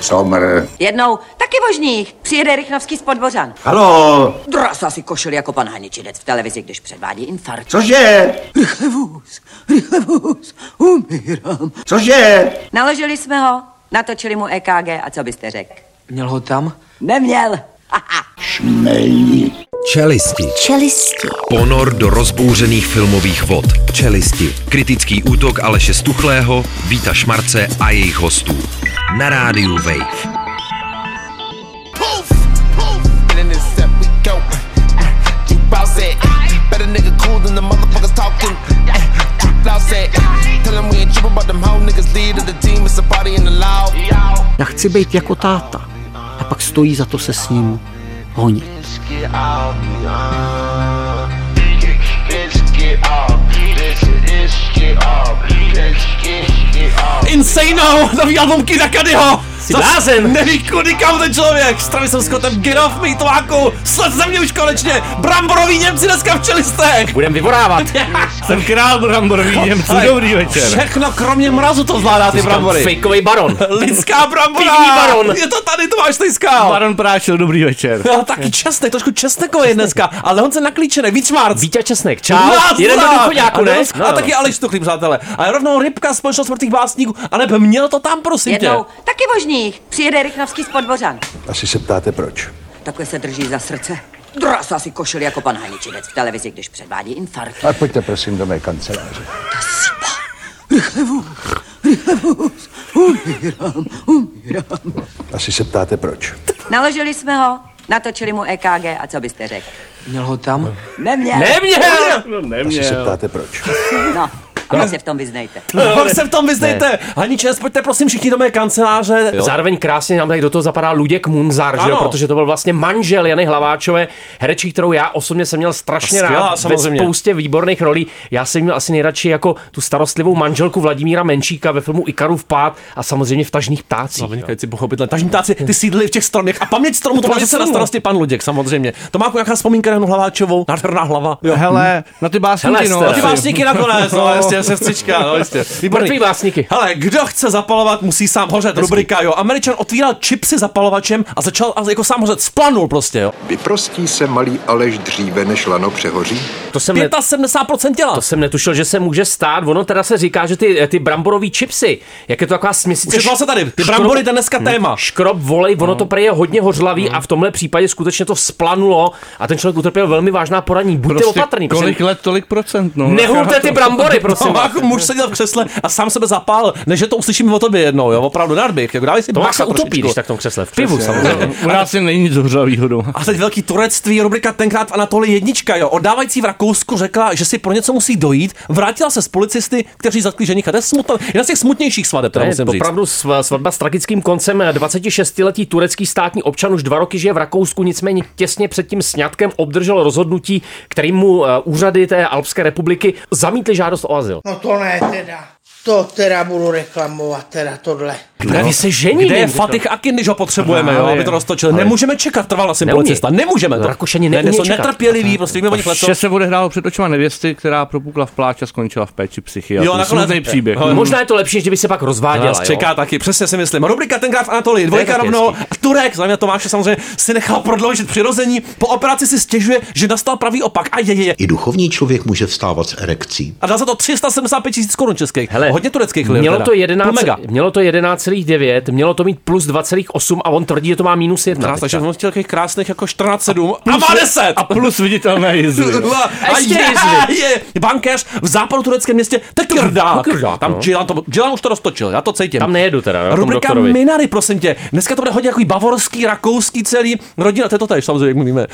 Somr. Jednou taky možných. Přijede Rychnovský z Podbořan. Halo? Drásá si košili jako pan Haničinec v televizi, když předvádí infarkt. Cože? Rychle vůz, umírám. Cože? Naložili jsme ho, natočili mu EKG a co byste řekl? Měl ho tam? Neměl. Šmelí. Čelisti. Ponor do rozbouřených filmových vod. Čelisti. Kritický útok Aleše Stuchlého, Víta Šmarce a jejich hostů. Na rádiu Wave. Já chci být jako táta. A pak stojí za to se s ním honit. Insano! Nový album Kida Cudiho! Jsi blázen! Neví kudy kam ten člověk! S Travisem Scottem, Get Off Me, Tomáku! Sled ze mě už konečně! Bramborový Němci dneska v Čelistech! Budem vyvorávat. Jsem král bramborový Němců, dobrý večer. Všechno kromě mrazu to zvládá ty brambory. Fejkovej baron. Lidská brambora! Pivní baron. Je to tady, to máš Stejskal! Baron Prášil, dobrý večer. No, taky česnek, trošku česnekový dneska, ale Honce naklíčený, víc Šmarc. Vítě Česnek, čau. Jeden do důchodňáku, ne? A taky Aleš Stuchlý, přátelé. A rovnou Rybka, společnost smrtných básníků, a nebe měl to tam, prosím tě. Jednou taky možných. Přijede Rychnovský z Podbořan. Asi se ptáte proč. Takhle se drží za srdce. Drásá si košili jako pan Haničinec v televizi, když předvádí infarkt. A pojďte prosím do mé kanceláře. Rychle vůz, umírám. Asi se ptáte proč. Naložili jsme ho, natočili mu EKG a co byste řekl? Měl ho tam? Neměl. Asi se ptáte proč. No, a pak se v tom vyznejte. Pak se v tom vyznejte. Haničes, pojďte prosím všichni do mé kanceláře. Zároveň krásně nám tady do toho zapadá Luděk Munzar, že jo? Protože to byl vlastně manžel Jany Hlaváčové, herečí, kterou já osobně jsem měl strašně rád ve spoustě výborných rolí. Já jsem měl asi nejradši jako tu starostlivou manželku Vladimíra Menšíka ve filmu Ikarův pád a samozřejmě v Tažných ptácích. Vynikající, pochopitelně. Tažní ptáci, ty sídlili v těch stromech a paměť stromů to má zase na starosti pan Luděk, samozřejmě. To má nějaká vzpomínka na Janu Hlaváčovou, nádherná hlava. Jo. Hele, na ty básníky, no. Na ty básníky nakonec, no, jistě, sestřička, no, jistě. Mrtvý básníky. Hele, kdo chce zapalovat, musí sám hořet. Rubrika, jo. Američan otvíral čipsy zapalovačem a začal jako sám hořet, splanul prostě, jo. Vyprostí se malý Aleš dříve, než lano přehoří? To jsem 75% těla. To jsem netušil, že se může stát. Ono teda se říká, že ty bramborový čipsy, jak je to taková směsice. Už se tady, ty brambory, to dneska téma. Škrob, volej, ono to prej je hodně hořlavý a v tomhle případě skutečně to splanulo a ten člověk utrpěl velmi vážná poradní. Buďte opatrný. Kolik let, tolik procent, no. Nehulte ty brambory, prosím. No, jako muž seděl v křesle a sám sebe zapál, než to uslyšíme o tobě jednou, jo, opravdu rád bych. Jako dávej si to se utopí, když tak v tom křesle. V pivu samozřejmě. U nás není nic hořlavýho doma. A teď velký turectví, rubrika tenkrát v Anatolii jednička, jo. Oddávající v Rakousku řekla, že si pro něco musí dojít, vrátila se s policisty, kteří zatkli ženicha. To je smutná, jedna z těch smutnějších svadeb, to musím říct. Opravdu svatba s tragickým koncem. 26letý turecký státní občan už 2 roky žije v Rakousku, nicméně těsně před tím sňatkem obdržel rozhodnutí, kterým mu úřady té Alpské republiky zamítly žádost o azyl. No to ne teda. To teda budu reklamovat, teda tohle. Kde se žení? Kde je Fatih Akin, když ho potřebujeme, jo, aby to roztočili? Nemůžeme čekat, trval asi policista. Nemůžeme to. Rakušani neumí čekat. Netrpěliví, prostě víme o nich leco. Vše se odehrálo před očima nevěsty, která propukla v pláč a skončila v péči psychiatru. Jo, nakonec příběh. Možná je to lepší, než kdyby se pak rozváděla. Nás čeká taky, přesně si myslím. Rubrika tenkrát v Anatolii, 2 rovnou. A Turek, znamená Tomáše samozřejmě, si nechal prodloužit přirození. Po operaci si stěžuje, že nastal pravý opak. A je. I duchovní člověk může vstávat s erekcí. A dá za to 375 000 korun českých. Hele, hodně tureckých liv. Mělo to 11,9, mělo to mít plus 2,8 a on tvrdí, že to má minus 1. Takže on chtěl takových krásných jako 14,7 a má 10. A plus viditelné jizvy. A je bankéř v západotureckém městě Tekirdák. Tam Gilan už to roztočil, já to cítím. Tam nejedu teda. Rubrika Minary, prosím tě. Dneska to bude hodně takový bavorský, rakouský celý. Rodina, to je to tady, samozřejmě, jak mluvíme.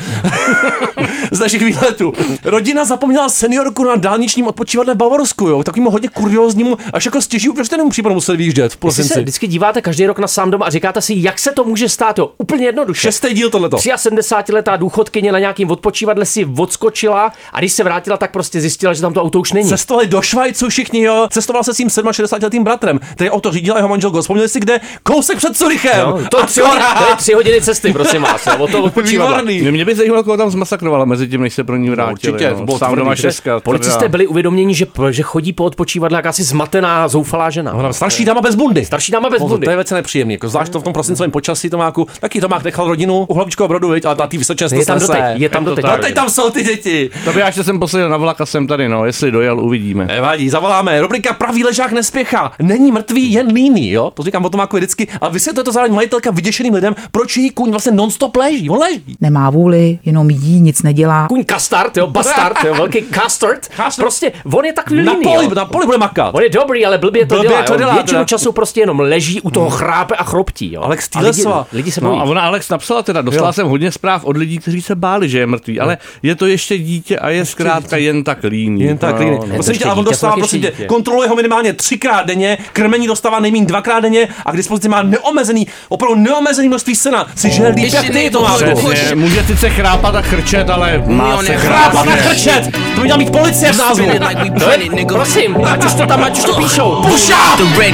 Z našich výletů. Rodina zapomněla seniorku na dálničním odpočívadle v Bavorsku, jo. Takovému hodně kurióznímu, až jako stěží uvěřitelnému případu museli vyjíždět v prosinci. Vy se vždycky díváte každý rok na Sám doma a říkáte si, jak se to může stát, jo. Úplně jednoduše. 6. díl tohleto. 73letá důchodkyně na nějakým odpočívadle si odskočila a když se vrátila, tak prostě zjistila, že tam to auto už není. Cestovali do Švajcu všichni, jo. Cestoval se s tím 67letým bratrem. Který auto řídila jeho manželko. Vzpomněli si kde? Kousek před Curychem. No, to je 3 hodiny cesty, prosím vás. O to odpočívadla. Mě by zajímalo, koho tam zmasakrovala mezi tím, než se pro ní vrátili. Určitě, no. Sám doma 6. Policisté byli uvědoměni, že chodí po odpočívadle jakási zmatená, zoufalá žena. Starší dáma bez bundy. bez bundy. To je velice nepříjemný, jako zvlášť to v tom prosincovém počasí Tomáku. Taky Tomák nechal rodinu u Hlavičkového Brodu, viď, ale na té Vysočenské je tam doteď. No teď tam jsou ty děti. To by až jsem posadil na vlak a jsem tady, no, jestli dojel, uvidíme. Nevadí, zavoláme. Rubrika Pravý ležák nespěchá. Není mrtvý, jen líný, jo? To říkám o Tomáku vždycky. A vysvětluje to zároveň majitelka vyděšeným lidem, proč jí kůň vlastně non-stop leží. On leží. Nemá vůli, jenom jí, nic nedělá. Kůň Custard, jo, Bastard, jo, velký Custard. Prostě on je takový líný. Na poli bude makat. On je dobrý, ale blbě to dělá. Většinu času prostě jenom leží u toho chrápe a chroptí, jo. Alex Týlesova. Lidi se bojí. No a ona Alex napsala teda, dostala jsem hodně zpráv od lidí, kteří se báli, že je mrtvý, ale je to ještě dítě a je zkrátka jen tak líný. Jen tak líný. Prosím tě, a on dostává, prosím tě, kontroluje ho minimálně 3krát denně, krmení dostává nejméně 2krát denně a k dispozici má opravdu neomezený množství sena. Si že líp jak ty, Tomášku. Může sice chrápat a chrčet, ale má se chrápat a chrčet. To by měla mít policie v názvu. Prosím, ať už to tam, ať už to píšou. Puša!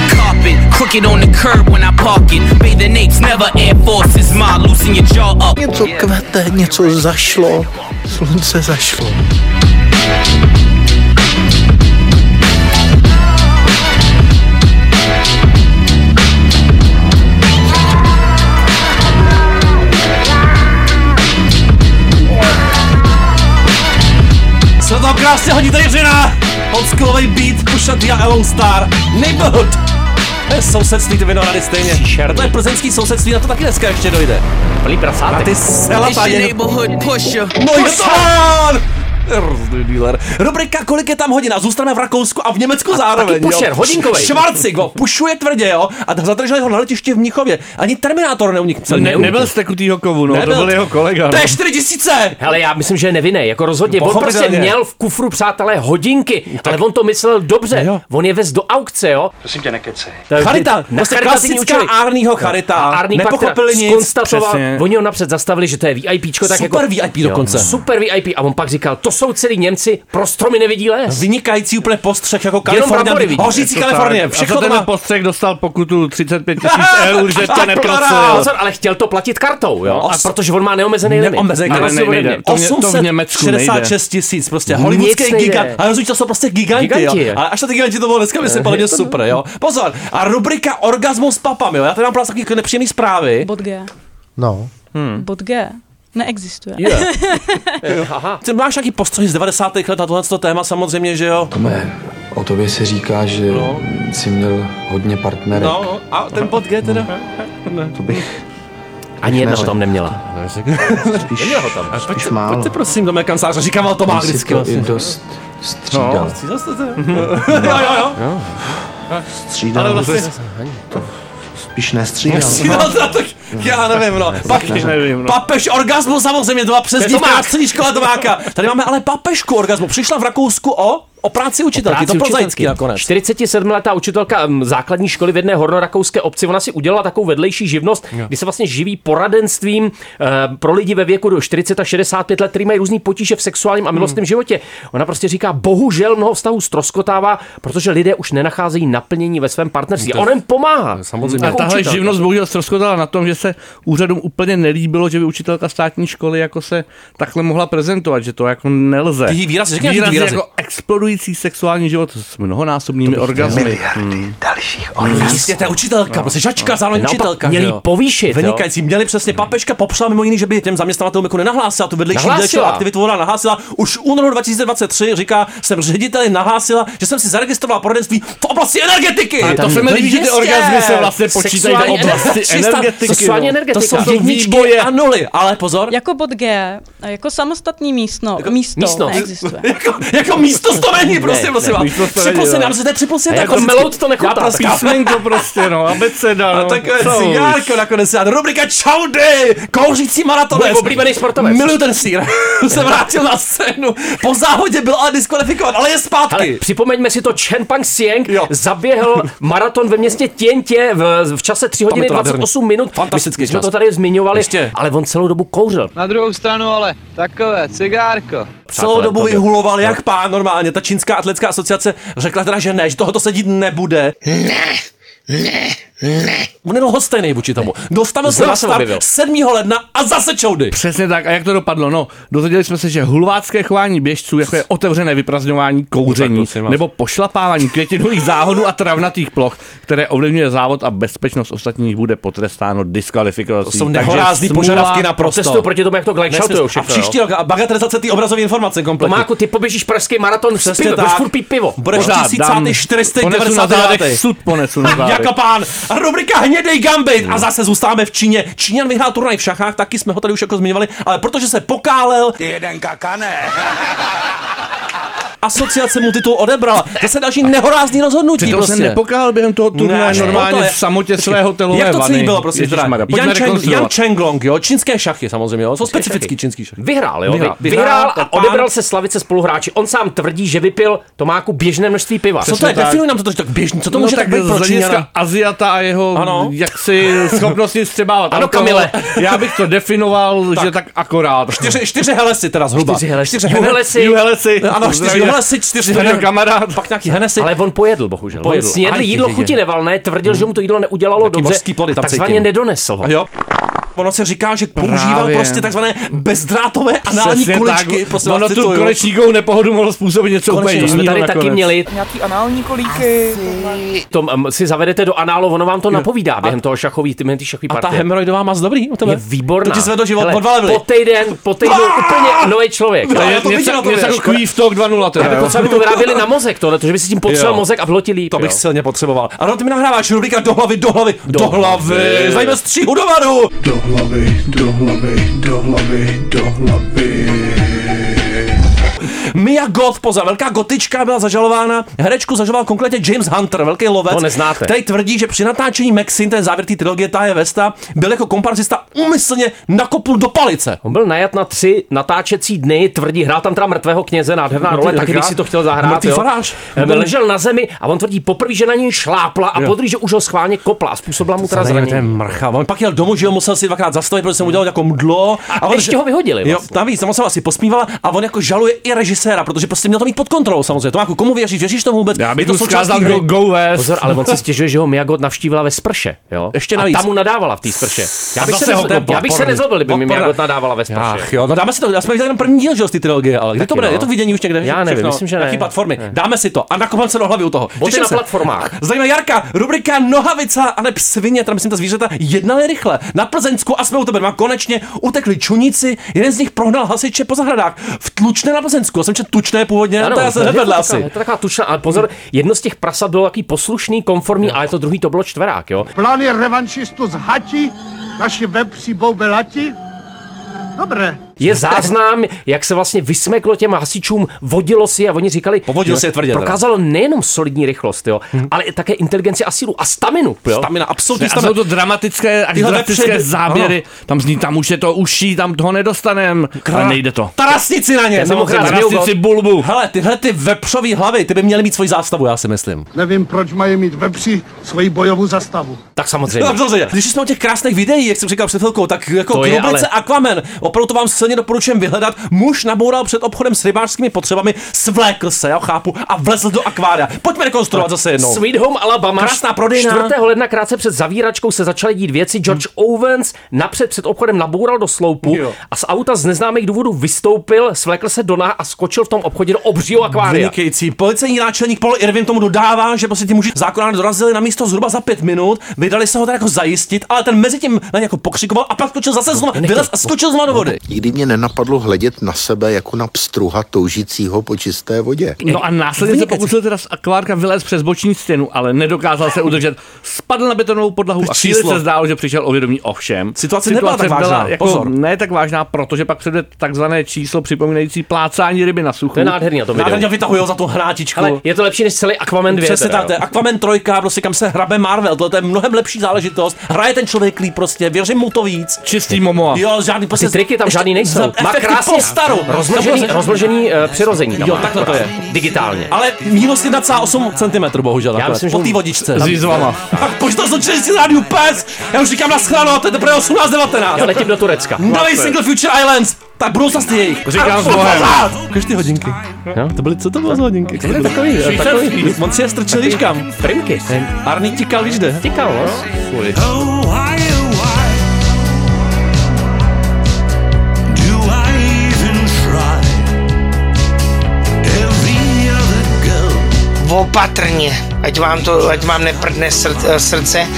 Něco kvete, něco zašlo, slunce zašlo. Se to krásně hodí tady vřina. Oldschoolový beat, Pusha T a Elon Star. Neighborhood. To je sousedství, ty Vinohrady stejně. A to je plzeňský sousedství, na to taky dneska ještě dojde. Plný prasátek. A ty sela tady. No je to on! Dealer. Rubrika Kolik je tam hodin a zůstaneme v Rakousku a v Německu zároveň. Pusher, hodinkovej. Švarcik ho pušuje tvrdě, jo, a zadrželi ho na letišti v Mnichově. Ani Terminátor neunikl. Nebyl z Tekutýho kovu, no, to byl jeho kolega. To je 4000. Hele, já myslím, že je nevinnej, jako rozhodně. On prostě měl v kufru, přátelé, hodinky, ale on to myslel dobře. Jo. On je vez do aukce, jo. Prosím tě, nekecej. Charita, prostě klasická Arnýho charita. Arný nepochopili nic. Konstatoval, oni ho napřed zastavili, že to je VIPčko, tak super jako VIP dokonce. Super VIP a on pak říkal, to jsou celý Němci, pro stromy nevidí les. Vynikající úplně postřeh jako Kalifornie. Hořící Kalifornie. Všechno ten postřeh dostal pokutu 35 000 eur, že tě nepracuje. Ale chtěl to platit kartou, jo? A protože on má neomezený limit. Nejde. To v Německu nejde. 66 000, prostě hollywoodský gigant. A rozumíš, to jsou prostě giganti, jo. Ale až to ty giganti to bylo dneska, myslím, podle mě super, jo. Pozor, a rubrika Orgasmus s papami, jo. Já tady mám právě takové nepříjemné zprávy. Bod G. No. Bod G. Neexistuje. Aha. Ty máš nějaký postřeh z 90. let a tohleto téma samozřejmě, že jo? Tome, o tobě se říká, že jsi měl hodně partnerek. No, a ten bod G teda? Ne. To bych... Ani jednoho tam neměla. Neměla ho tam. Spíš málo. Pojďte prosím do mé kanceláře, říkám, ale to má vždycky. To i dost střídal. No, střídal jste to? Jo. Střídal. Ale vlastně... Spíš nestřídal. Střídal to tak, já nevím, no. Papež orgasmu samozřejmě, to byla přezdívka na střední škole Tomáka. Tady máme ale papežku orgasmu. Přišla v Rakousku o práci učitelky, to plzeňský nakonec. 47letá učitelka základní školy v jedné hornorakouské obci, ona si udělala takovou vedlejší živnost, kdy se vlastně živí poradenstvím pro lidi ve věku do 40 a 65 let, kteří mají různý potíže v sexuálním a milostném životě. Ona prostě říká, bohužel mnoho vztahů ztroskotává, protože lidé už nenacházejí naplnění ve svém partnerství. A on jim pomáhá. Samozřejmě. A tahle živnost bohužel ztroskotala na tom, že se úřadům úplně nelíbilo, že by učitelka státní školy jako se takhle mohla prezentovat, že to jako nelze. Výraz jako explodující sexuální život s mnohonásobnými orgazmy. Miliardy dalších orgazmů. Jistě, to je učitelka, prostě žačka, zároveň učitelka. Měli povýšit. Vynikající, měli přesně papežka popřela mimo jiný, že by těm zaměstnavatelům jako nenahlásila tu vedlejší aktivitu, ona nahlásila. Už v únoru 2023 říká, jsem řediteli nahlásila, že jsem si zaregistrovala poradenství v oblasti energetiky. A to se mi líbí, že ty orgazmy se vlastně počítají do oblasti energetiky. Sexuální energetika. To jsou jedničky a nuly, ale pozor. Jako bod G, jako samostatný místo neexistuje. Jako místo to není, prostě prosím vás. 3+1, já myslím, že to je 3+1. Jako melout to nechutná. Písmenko prostě, no, abeceda, no. A takové cigárko nakonec. Rubrika Čaudy, kouřící maratonec. Můj oblíbený sportovec. Miluji ten sír. Se vrátil na scénu. Po záhodě byl ale diskvalifikován, ale je zpátky. Ale připomeňme si to, Chen Pang Sieng zaběhl maraton ve městě Tientě v čase 3 hodiny 28 minut. Fantastický čas. Jsme to tady zmiňovali, ale on celou dobu kouřil. Na druhou stranu ale takové cigárko. Celou dobu vyhuloval jak pán normálně. Ta čínská atletická asociace řekla teda, že ne, že tohoto se dít nebude. Ne. on je lhostejnej vůči tomu. Dostavil se na start 7. ledna a zase čoudy. Přesně tak. A jak to dopadlo? No, dozvěděli jsme se, že hulvácké chování běžců, jako je otevřené vyprazňování, kouření nebo pošlapávání květinových záhonů a travnatých ploch, které ovlivňuje závod a bezpečnost ostatních, bude potrestáno diskvalifikací. To jsou nehorázný požadavky na protestu proti tomu, jak to gleckšaltujou všechno. A příští rok a bagatelizace té obrazové informace kompletně. Tomáku, ty poběžíš pražský maraton s pivem, budeš furt pít pivo. Budeš 1499. Sud ponesu na zádech. Jako pán. A rubrika Hnědej gambit. A zase zůstáváme v Číně. Číňan vyhrál turnaj v šachách, taky jsme ho tady už jako zmiňovali, ale protože se pokálel. Ty jeden kakane. Asociace mu titul odebrala. Zase další nehorázný rozhodnutí. Přitom prostě. jsem nepokál během toho turnaje normálně v samotě své hotelové vany. Jak to celý bylo, prostě? Yan Chenglong, jo, čínské šachy samozřejmě, jo, jsou specifický čínský šachy. Vyhrál, jo, vyhrál a odebral se slavice spoluhráči. On sám tvrdí, že vypil Tomáku běžné množství piva. Co to je? Definuj nám to tak běžný. Co to může tak být pro Číňana? Aziata a jeho jaksi schopnosti vstřebávat. Ano, Kamile. Já bych to definoval, že tak akorát. 4 helesy teda zhruba. 4 helesy. Ano, 4 helesy, 4 kamarád. Pak nějaký Hennessy. Ale on pojedl, bohužel. On snědl jídlo chuti nevalné, tvrdil, že mu to jídlo neudělalo dobře, takzvaně nedonesl ho. Jo. Ono se říká, že používal prostě takzvané bezdrátové anální kuličky. Ono tu konečníkovou nepohodu mohlo způsobit něco úplně jiného. Jsme tady taky měli nějaký anální kolíky. To si zavedete do análu, ono vám to napovídá během toho šachový partie. A ta hemoroidová maz dobrý u tebe? Je výborná. To ti svedlo život podvalili. Po týdnu úplně nový člověk. Něco jako Quiff Talk 2.0 teda. Já bych potřeba, aby to vyráběli na mozek tohle, že by si tím potřeboval mozek a bylo ti líp. To bych silně potřeboval. A ty mi nahráváš rubrika do hlavy. Zajímavé stříhu do varu. Do hlavy. Mia Goth, pozor, velká gotička byla zažalována. Herečku zažaloval konkrétně James Hunter, velký lovec. To neznáte. Který tvrdí, že při natáčení Maxine, ten závěr té trilogie Taje Vesta, byl jako komparzista úmyslně nakopl do palice. On byl najat na 3 natáčecí dny, tvrdí, hrál tam teda mrtvého kněze, nádherná role, taky bych si to chtěl zahrát. Mrtvý farář. Ležel na zemi a on tvrdí poprvé, že na něj šlápla a podruhé, že už ho schválně kopla a způsobila mu teda zranění. On pak jel domů, že ho musel si dvakrát zastavit, protože jsem udělal jako mdlo. A ještě ho vyhodili. Vlastně. Jo, navíc, tam se asi posmívala a on jako žaluje i režiséra, protože prostě měl to mít pod kontrolou samozřejmě. Tomáku, komu věříš? Věříš tomu vůbec? Já bych to zkázal go West. Pozor, ale on si stěžuje, že ho Mia Goth navštívila ve sprše, jo? Ještě navíc. A tam mu nadávala v té sprše. Já bych se nezlobil, kdyby mi Mia Goth nadávala ve sprše. Ach jo, no dáme si to. Já jsme viděli jenom první díl, že z té trilogie, ale kde to bude? Je to vidění už někde? Já nevím, myslím, že ne. Jaký platformy? Dáme si to. A nakopám se do hlavy u toho. Boty na platformách. Zajímá Jarka, rubrika Nohavica a ne svině, tam myslím ta zvířata jednali rychle. Na Plzeňsku a jsme u tebe dva konečně utekli čuníci, jeden z nich prohnal hasiče po zahradách. V Tlučné na Plzeňsku. Já jsem četl Tučné původně, ano, to já se nevedl asi. Je to taková tučná, ale pozor, jedno z těch prasat bylo takový poslušný, konformní, ale to druhý to bylo čtverák, jo. Plán je revanšistu z hati, naši vepři boubelati. Dobré. Je záznam, jak se vlastně vysmeklo těm hasičům, vodilo si a oni říkali, povodil si je tvrdě. Prokázalo nejenom solidní rychlost, jo, ale také inteligenci a sílu a staminu. Jo? Stamina, absolutně. A jsou to dramatické záběry, tam zní, tam už je to uší, tam toho nedostanem, ale nejde to. Tarasnici na ně, tarasnici bulbu. Hele, tyhle ty vepřový hlavy, ty by měly mít svoji zástavu, já si myslím. Nevím, proč mají mít vepři svoji bojovou zástavu. Tak samozřejmě. Když jsme o těch krásných videích, jak jsem říkal před chvilkou, tak jako Krublice Aquaman, opravdu to vám silně doporučujem vyhledat. Muž naboural před obchodem s rybářskými potřebami, svlékl se, já chápu, a vlezl do akvária. Pojďme rekonstruovat zase jednou. Sweet Home Alabama. Krásná prodejna. 4. ledna krátce před zavíračkou se začaly dít věci. George Owens napřed před obchodem naboural do sloupu a z auta z neznámých důvodů vystoupil, svlékl se do náha a skočil v tom obchodě do obřího akvária. Vynikající. Policejní náčelník Paul Irvin tomu dodává, že prostě ti muži zákonně dorazili na místo zhruba za 5 minut, vydali se ho tak jako zajistit, ale ten mezi tím na jako pokřikoval a pak skočil zase znovu, vylez a skočil znovu do vody. Nikdy mě nenapadlo hledět na sebe jako na pstruha toužícího po čisté vodě. No a následně se pokusil teda z akvárka vylézt přes boční stěnu, ale nedokázal se udržet. Spadl na betonovou podlahu a chvíli se zdálo, že přišel o vědomí. Ovšem. Situace nebyla tak vážná. Jako ne tak vážná, protože pak předvedl takzvané číslo připomínající plácání ryby na suchu. To je nádherný to video. Nádherně vytahujou za tu hrátičku. Ale je to lepší než celý Aquaman 2. Přesně tak, Aquaman 3, prostě kam se hrabe Marvel, to je mnohem lepší záležitost. Hraje ten člověk líp prostě, věřím mu to víc. Čistý Momoa. Jo, žádný prostě ty triky tam žádný nejsou. Má krásně rozložený přirození. Jo, takhle to je. Digitálně. Ale minus 1,8 cm, bohužel. Já myslím, po té vodičce. S výzvama. Pojď to zločili si rádiu pes. Já už říkám na schráno, to je teprve 18-19. Já letím do Turecka. Nový single Future Islands. Tak budou zase ty jejich. Říkám s Bohem. Ukaž ty hodinky. No? Co to bylo za hodinky? To byly takový. On si je strčil víš kam. Primky. Arný tikal, víš kde? Tikal, no. Fuj. Opatrně, ať vám neprdne srdce.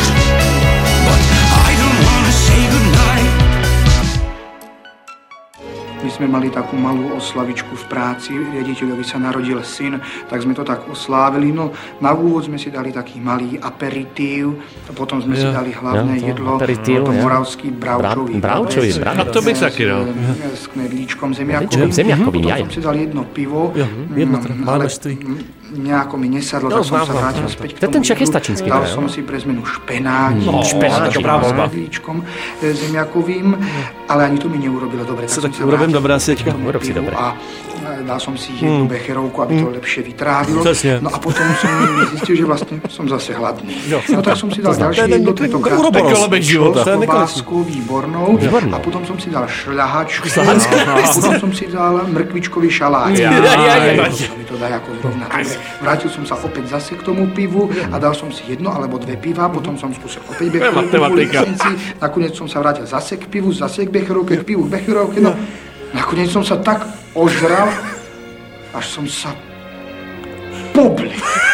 My sme mali takú malú oslavičku v práci, riaditeľovi sa narodil syn, tak sme to tak oslávili. No, na úvod sme si dali taký malý aperitív, potom sme si dali hlavné jedlo, to moravský bravčový. A to bych taky dal. S knedlíčkom zemiakovým. Potom som si dal jedno pivo, ale nejako mi nesadlo, tak som sa vrátil späť k tomu. Ten Čech je stačínský. Dal som si pre zmenu špenát s knedlíčkom zemiakovým, ale ani to mi neurobilo dobre. Urobím dobré asi teďka. Urob si dobré. A dal som si jednu becherovku, aby to lepšie vytrávilo. No a potom som zistil, že vlastne som zase hladný. No tak som si dal ďalšie jedno, tentokrát klobáskou výbornou. A potom som si dal šľahačku. A potom som si dal mrkvičkový šalát. Mi to dá ako zrovna. Vrátil som sa opäť zase k tomu pivu a dal som si jedno alebo dve piva, potom som skúsil opäť becherovku. Nakoniec som sa vrátil zase k pivu, zase k becherovke, k pivu, k becherovke. No, nakoniec som sa tak ožral, až som sa poblil.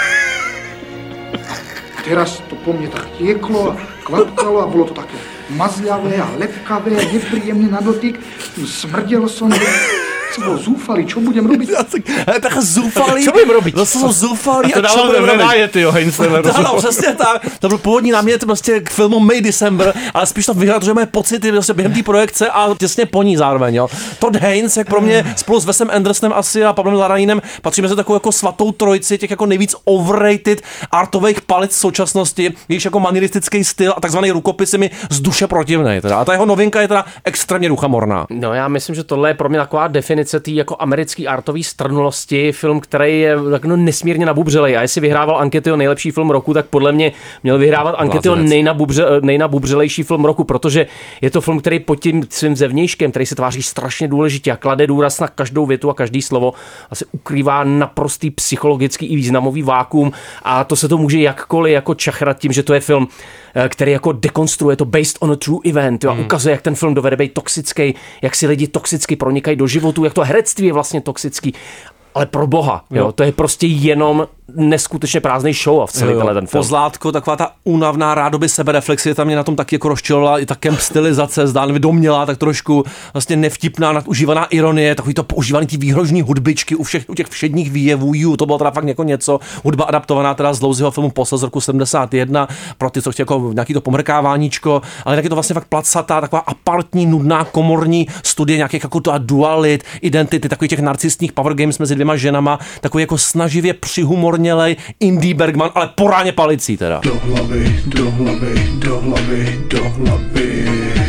Teraz to po mne tak tieklo a kvapkalo a bolo to také mazľavé a lepkavé, nepríjemné na dotyk. Smrdel som, som bol zúfalý, čo budem robiť? Tak zúfalý. Čo budem robiť? Zase som zúfalý a čo budem robiť? Ano, přesně tak. To byl původní námět prostě k filmu May December, ale spíš to vyjadřuje moje pocity prostě během té projekce a těsně po ní zároveň. Jo. Todd Haynes, jak pro mě spolu s Wesem Andersonem asi a Pavlem Larraínem patří mezi takovou jako svatou trojici těch jako nejvíc overrated artových palic v současnosti, jejíž jako manieristický styl a takzvaný rukopis mi z duše protivnej. Teda. A ta jeho novinka je teda extrémně duchamorná. No já myslím, že tohle je pro mě taková definice té jako americké artové strnulosti, film, který je tak nesmírně nabubřelej. A jestli vyhrával ankety o nejlepší film roku, tak podle mě měl vyhrávat ankety o nejnabubřelejší film roku, protože je to film, který pod tím svým zevnějškem, který se tváří strašně důležitě a klade důraz na každou větu a každý slovo, asi ukrývá naprostý psychologický i významový vákuum a to se to může jakkoliv jako čachrat tím, že to je film, který jako dekonstruuje to based on a true event, jo, a ukazuje, jak ten film dovede být toxický, jak si lidi toxicky pronikají do životu, jak to herectví je vlastně toxický. Ale pro boha, jo, to je prostě jenom neskutečně prázdný show a v celý ten film. Pozlátko, taková ta únavná rádoby sebereflexie, tam mě na tom taky jako rozčilovala, i takem stylizace, zdánlivě domnělá, tak trošku vlastně nevtipná, nadužívaná ironie, takový to používání té výhrožní hudbičky u těch všedních výjevů, to bylo teda fakt jako něco, hudba adaptovaná teda z dlouhého filmu Posel z roku 71, pro ty, co chtějí jako nějaký to pomrkáváníčko, ale taky to vlastně fakt placatá, taková apartní, nudná, komorní studie nějakých jako to dualit, identity, takových těch narcistních power games mezi dvěma ženama, takový jako snaživě přihumornělej Indie Bergman, ale poráně palicí teda. Do hlavy, do hlavy, do hlavy, do hlavy.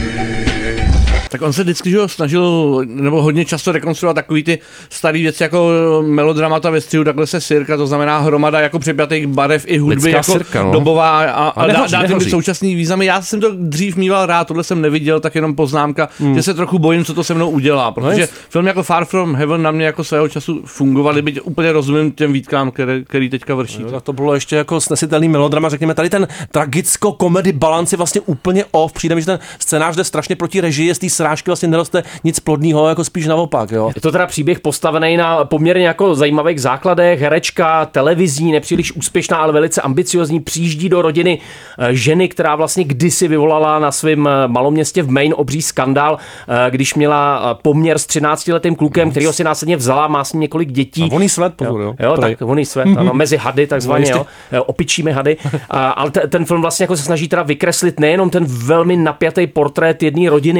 Tak on se vždycky snažil, nebo hodně často rekonstruovat takový ty starý věci jako melodramata ve střihu, takhle se sirka, to znamená hromada jako přepjatých barev i hudby lidská jako sirka, no. Dobová a dát jim současný významy. Já jsem to dřív mýval rád, tohle jsem neviděl, tak jenom poznámka, že se trochu bojím, co to se mnou udělá, protože film jako Far From Heaven na mě jako svého času fungovaly, byť úplně rozumím těm výtkám, který teďka vrší. No, tak to bylo ještě jako snesitelný melodrama, řekněme, tady ten tragicko-komedy balans je vlastně úplně off, přijde mi, že ten scénář jde strašně proti režii, z té srážky vlastně neroste nic plodného, jako spíš naopak, jo. Je to teda příběh postavený na poměrně jako zajímavých základech, herečka, televizní, nepříliš úspěšná, ale velice ambiciozní, přijíždí do rodiny ženy, která vlastně kdysi vyvolala na svém maloměstě v Maine obří skandál, když měla poměr s 13letým klukem, kterýho si následně vzala, má s ním několik dětí. A voný svět, pozor, jo. Jo, tak voný svět, ano, mezi hady takzvaně, jo, opičíme hady. Ale ten film vlastně jako se snaží teda vykreslit nejenom ten velmi napjatý portrét jedné rodiny, která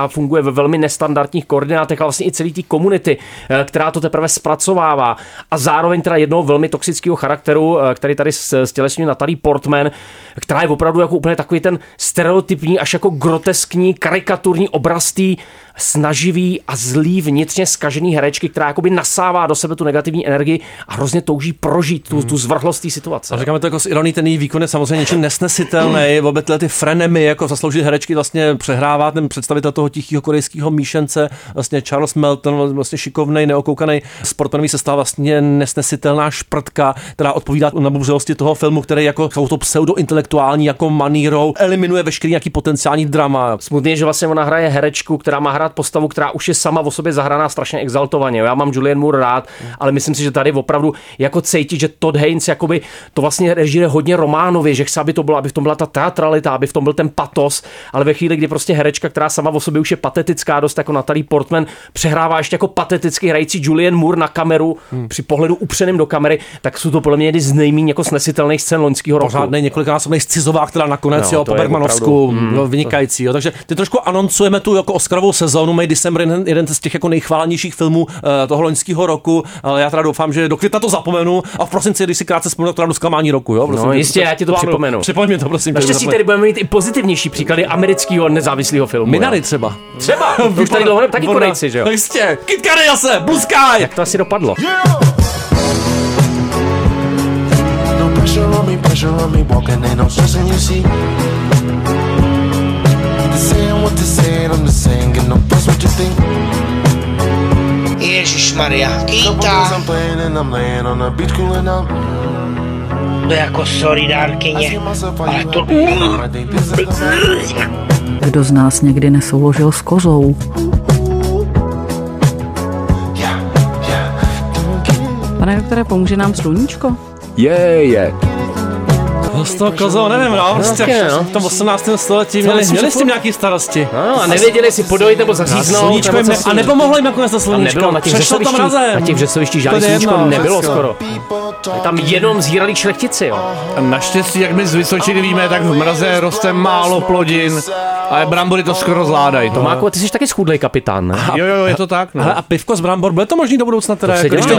která funguje ve velmi nestandardních koordinátech a vlastně i celý té komunity, která to teprve zpracovává a zároveň teda jednoho velmi toxického charakteru, který tady stělesňuje Natalie Portman, která je opravdu jako úplně takový ten stereotypní až jako groteskní, karikaturní obraz té snaživý a zlý vnitřně zkažený herečky, která jakoby nasává do sebe tu negativní energii a hrozně touží prožít tu zvrhlost té situace. A říkáme to jako s ironií, ten její výkon je samozřejmě něčím nesnesitelný, obě ty frenemy, jako zasloužit herečky vlastně přehrává ten představitel toho tichého korejského míšence, vlastně Charles Melton, vlastně šikovnej, neokoukaný sportovní sestava, vlastně nesnesitelná šprtka, která odpovídá na bouřivosti toho filmu, který jako to pseudointelektuální jako manírou eliminuje veškerý nějaký potenciální drama. Smutný je, že vlastně ona hraje herečku, která má hrát postavu, která už je sama o sobě zahraná strašně exaltovaně. Já mám Julianne Moore rád, ale myslím si, že tady opravdu jako cítit, že Todd Haynes jakoby to vlastně režíruje hodně románově, že chce, aby to bylo, aby v tom byla ta teatralita, aby v tom byl ten patos, ale ve chvíli, kdy prostě herečka, která sama o sobě už je patetická dost jako Natalie Portman, přehrává ještě jako pateticky hrající Julianne Moore na kameru při pohledu upřeným do kamery, tak jsou to podle mě jedny z nejméně jako snesitelných scén loňského roku. Pořádnej několikanásobný scizovák, která nakonec jo, po Bergmanovsku vynikající. Jo. Takže ty trošku anoncujeme tu jako Oscarovou sezónu, May December, jeden z těch jako nejchválenějších filmů toho loňského roku, ale já teda doufám, že do května to zapomenu a v prosinci, když si krátce vzpomenu, to zklamání roku. Jo, prosím, no jistě, já ti to připomenu. Připomeň mi to, prosím. Naštěstí tady budeme mít i pozitivnější příklady amerického nezávislého filmu. Minary třeba. Třeba. Už tady dlouho taky Korejci, že jo? Jistě. Kid Cudi zase, Blue Sky. Jak to asi dopadlo? Ježišmarja, Kita. To jako sorry, dárkyně, ale to... Kdo z nás někdy nesouložil s kozou? Pane doktore, pomůže nám sluníčko? Je. Z toho kozou, nevím, no, prostě v tom 18. století měli s tím nějaký starosti. No, a nevěděli si podojit nebo zaříznout. A nepomohlo jim nakonec to sluníčko. Nebylo na těch vřesovištích žádný sluníčko nebylo skoro. Tam jenom zírali šlechtici, jo. A naštěstí, jak my z Vysočiny víme, tak v mraze roste málo plodin, ale brambory to skoro zvládají. Tomáku, ty jsi taky schudlej kapitán, ne? Jo, je to tak. No. A pivko z brambor, bude to možný do budoucna teda?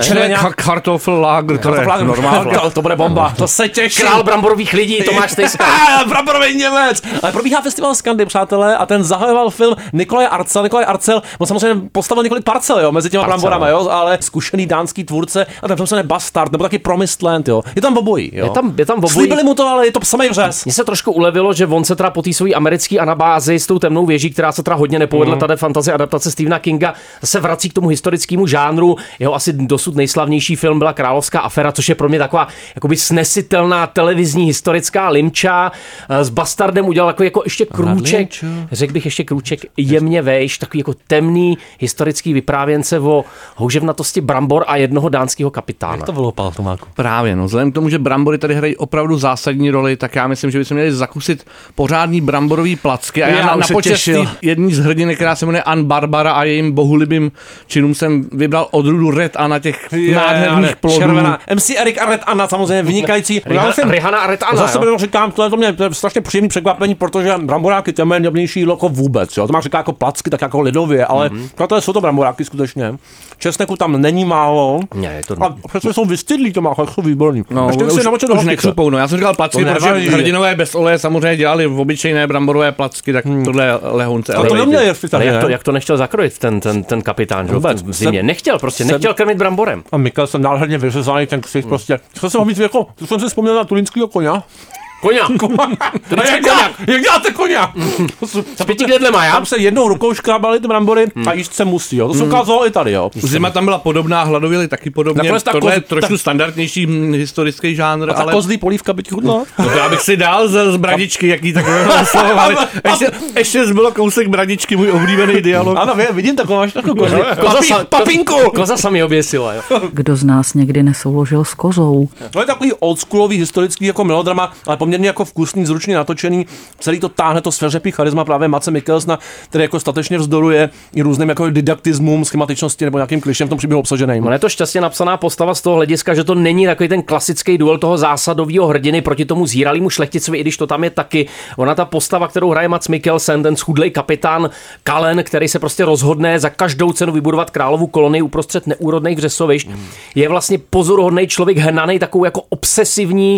Kartoffellager, to je normálně. To bude bomba. To se těším. Král bramborových lidí, Tomáš Stejska. Bramborový Němec. Ale probíhá festival Skandy, přátelé, a ten zahajoval film Nikolaj Arcel, on samozřejmě postavil několik parcel, jo, mezi těma bramborama, jo, ale zkušený dánský tvůrce, a ten film se jmenuje Bastard, nebo taky Promised Land, jo. Je tam obojí, jo. Je tam obojí. Slíbili mu to, ale je to samej vřes. Mně se trošku ulevilo, že on se teda po té svojí americké anabázi s tou temnou věží, která se teda hodně nepovedla, tady fantasy adaptace Stephena Kinga, se vrací k tomu historickému žánru. Jeho asi dosud nejslavnější film byla Královská aféra, což je pro mě taková jakoby snesitelná televizní historická limča. S Bastardem udělal takový jako ještě krůček, řekl bych ještě krůček jemně vejš, takový jako temný historický vyprávěnce o houževnatosti brambor a jednoho dánského kapitána. Jak to vylopal, Tomáku? Právě, no, vzhledem k tomu, že brambory tady hrají opravdu zásadní roli, tak já myslím, že bychom měli zakusit pořádný bramborový placky. A já na počest jedný z hrdinek, která se jmenuje Ann Barbara, a jejím bohulibým činům jsem vybral odrůdu Red Anna, těch nádherných plodů. Červená. MC Erik a Red Anna, samozřejmě vynikající. Rihana a Red Anna. Zase říkám, to mě je strašně příjemný překvapení, protože bramboráky těm je nejlevnější jako vůbec, jo. To máš říká jako placky, tak jako lidově, ale přátelé, jsou to bramboráky skutečně. Česneku tam není málo. Ne, a přesně jsou vystydlí, to má jako výborný. No, už nekřupou, no. Já jsem říkal placky, protože hrdinové bez oleje samozřejmě dělali v obyčejné bramborové placky, tak tohle je lehonce. Ale to neměli jak to nechtěl zakrojit ten kapitán, že vůbec v zimě. Nechtěl krmit bramborem. A Mikkel jsem nádherně vyřezaný ten ksich prostě. Co jsem ho víc jako, to jsem si vzpomněl na tulínského koně. Jak děláte koně? S 5 knedlema, já? Tam se jednou rukou škrábali ty brambory a jíst se musí, jo. To se ukázalo i tady, jo. Zima tam byla podobná, hladověli taky podobně. Tohle je trošku standardnější historický žánr, ale... A ta kozlí polívka by ti chutnala? No to já bych si dal z bradičky, jaký takové oslovovali. Ještě zbylo kousek bradičky, můj oblíbený dialog. Ano, vidím takovou kozlí. Papinku! Koza sami oběsila, jo. Kdo z nás někdy nesouložil s kozou? To je takový oldschoolový historický jako melodrama, ale poměrně jako vkusný, zručně natočený, celý to táhne to sveřepý charisma právě Madse Mikkelsena, který jako statečně vzdoruje i různým jako didaktismům, schematičnosti nebo nějakým klišem v tom příběhu obsaženým. On je to šťastně napsaná postava z toho hlediska, že to není takový ten klasický duel toho zásadového hrdiny proti tomu zíralému šlechticovi, i když to tam je taky. Ona ta postava, kterou hraje Mads Mikkelsen, ten schudlej kapitán Kallen, který se prostě rozhodne za každou cenu vybudovat královu kolonii uprostřed neúrodných vřesovišť, je vlastně pozoruhodný člověk hnaný takovou jako obsesivní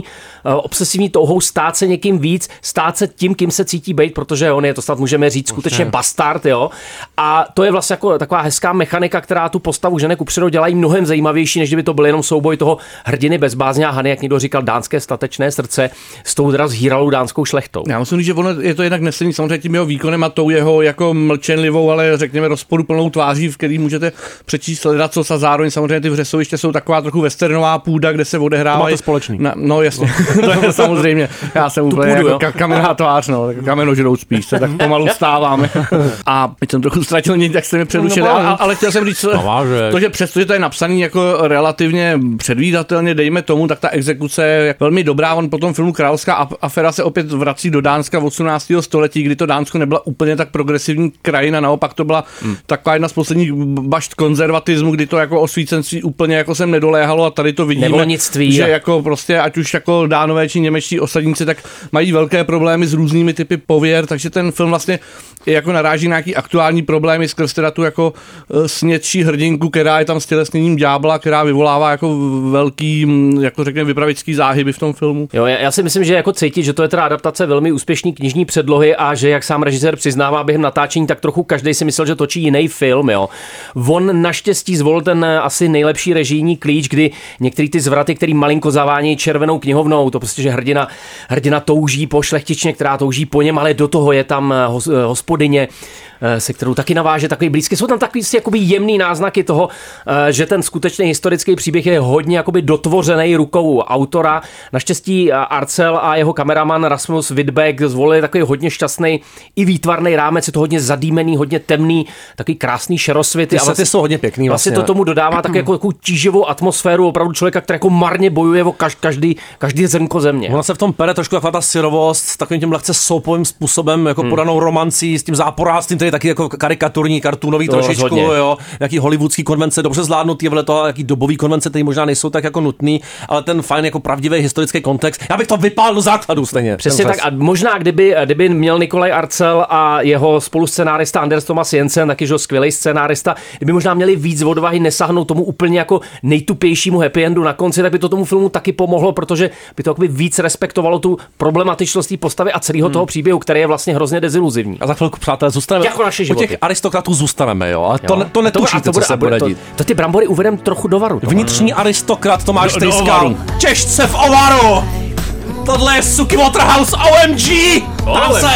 touhou stát se někým víc, stát se tím, kým se cítí být, protože on je, to snad můžeme říct, skutečně bastard, jo. A to je vlastně jako taková hezká mechanika, která tu postavu žene kupředu dělají mnohem zajímavější, než kdyby to byl jenom souboj toho hrdiny bezbázně a Hany, jak někdo říkal, dánské statečné srdce s tou teda zhýralou dánskou šlechtou. Já musím říct, že ono je to jednak nesený samozřejmě tím jeho výkonem a tou jeho jako mlčenlivou, ale řekněme rozporuplnou tváří, v který můžete přečíst ledacos a zároveň samozřejmě ty vřesoviště jsou taková trochu westernová půda, kde se odehrávají. To máte společný. No jasně, to je samozřejmě. Já jsem úplně jako kamenná tvář, no, kamenožrout spíš, se tak pomalu stáváme. A teď jsem trochu ztratil něj, tak jste mi přerušili, ale chtěl jsem říct, to, že přestože to je napsaný jako relativně předvídatelně, dejme tomu, tak ta exekuce je velmi dobrá. On potom filmu Královská aféra se opět vrací do Dánska v 18. století, kdy to Dánsko nebyla úplně tak progresivní krajina, naopak to byla taková jedna z posledních bašt konzervatismu, kdy to jako osvícenství úplně jako sem nedoléhalo a tady to vidíme, že jako prostě ať už jako Dánové či němečtí osadníci, tak mají velké problémy s různými typy pověr, takže ten film vlastně jako naráží na nějaký aktuální problémy skrz teda tu jako snědší hrdinku, která je tam s tělesněním ďábla, která vyvolává jako velký, jako řekněme, vypravický záhyby v tom filmu. Jo, já si myslím, že jako cítit, že to je teda adaptace velmi úspěšný knižní předlohy a že jak sám režisér přiznává během natáčení, tak trochu každý si myslel, že točí jiný film, jo. On naštěstí zvolil ten asi nejlepší režijní klíč, kdy některé ty zvraty, který malinko zavánějí červenou knihovnou, to prostě, že hrdina touží po šlechtičně, která touží po něm, ale do toho je tam hospodyně, se kterou taky naváže takový blízky. Jsou tam takový jakoby jemný náznaky toho, že ten skutečný historický příběh je hodně jakoby dotvořený rukou autora. Naštěstí Arcel a jeho kameraman Rasmus Wittbeck zvolili takový hodně šťastný i výtvarný rámec, je to hodně zadýmený, hodně temný, takový krásný šerosvěty. Ty sety jsou hodně pěkný. Vlastně to tomu dodává tak jako takovou tíživou atmosféru opravdu člověka, který jako marně bojuje o každý zrnko země. Ona se v tom pere trošku taková ta syrovost s takovým tím lehce soupovým způsobem, jako podanou romancí, s tím záporáctvím, který je taky jako karikaturní, kartunový trošičku, jo, nějaký hollywoodský konvence dobře zvládnutý, vle toho jaký dobový konvence, které možná nejsou tak jako nutný, ale ten fajn jako pravdivý historický kontext. Já bych to vypál do základu stejně. Přesně tak a možná kdyby měl Nikolaj Arcel a jeho spoluscenárista Anders Thomas Jensen, taky že skvělý scénárista, kdyby možná měli víc odvahy nesahnout tomu úplně jako nejtupějšímu happy endu na konci, tak by to tomu filmu taky pomohlo, protože by to víc respektovalo tu problematičnost té postavy a celého toho příběhu, který je vlastně hrozně deziluzivní. A za chvilku, přátelé, zůstaneme. Jako naše životy. U těch aristokratů zůstaneme, jo. A to netušíte, co se bude dít. To ty brambory uvedem trochu do varu. Vnitřní aristokrat Tomáš Stejskal. Těžce v ovaru. Tohle je Suki Waterhouse OMG. Tam se.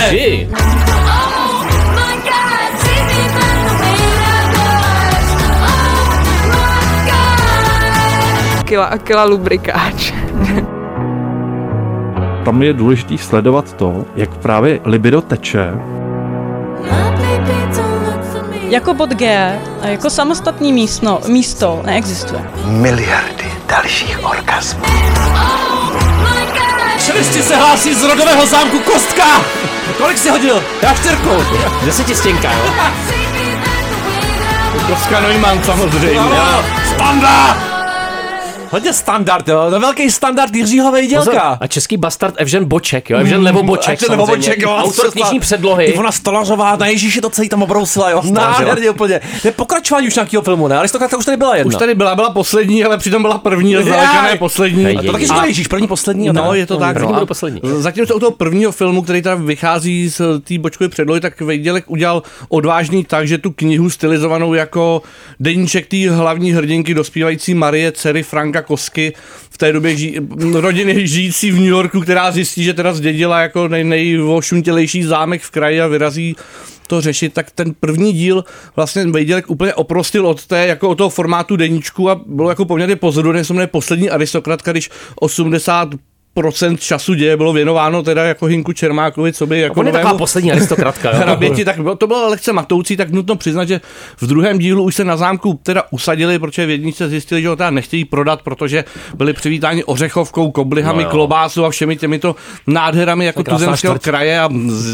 Kila a kila lubrikáč. Tam je důležité sledovat to, jak právě libido teče. Jako bod G a jako samostatný místo neexistuje. Miliardy dalších orgasmů. Čelisti se hlásí z rodového zámku Kostka. Kolik jsi hodil? Já 4. 10 stěnka, jo. Kostka Neumann samozřejmě. Jo. Standa! Hodně standard, jo. To je velký standard Jiřího Vejdělka. A český bastard Evžen Boček, jo. Evžen Levoboček, samozřejmě. Autor knižní předlohy. Ivona Stolařová, na Ježíši to celý tam obrousila, jo. Nádherně úplně. To je pokračování už nějakého filmu, ne? Aristokratka už tady byla jedna. Už tady byla poslední, ale přitom byla první a zdaleka ne poslední. A to taky říká Ježíš, první, poslední. No, je to tak. První poslední. Zatímco u toho prvního filmu, který tam vychází z té Bočkové předlohy, tak Vejdělek udělal odvážný tak, že tu knihu stylizovanou jako deníček té hlavní hrdinky dospívající Marie, dcery Franka Kosky, v té době rodiny žijící v New Yorku, která zjistí, že teda zdědila jako nejvošuntělejší zámek v kraji a vyrazí to řešit, tak ten první díl vlastně Vejdělek úplně oprostil od toho formátu deníčku a bylo jako poměrně pozoruhodné, že se jmenuje Poslední aristokratka, když procent času děje bylo věnováno teda jako Hynku Čermákovi, co by jako taková poslední aristokratka. Hraběti, tak to bylo lehce matoucí, tak nutno přiznat, že v druhém dílu už se na zámku teda usadili, protože v jedničce zjistili, že ho teda nechtějí prodat, protože byli přivítáni ořechovkou, koblihami, klobásou a všemi těmito nádherami jako tuzemského kraje a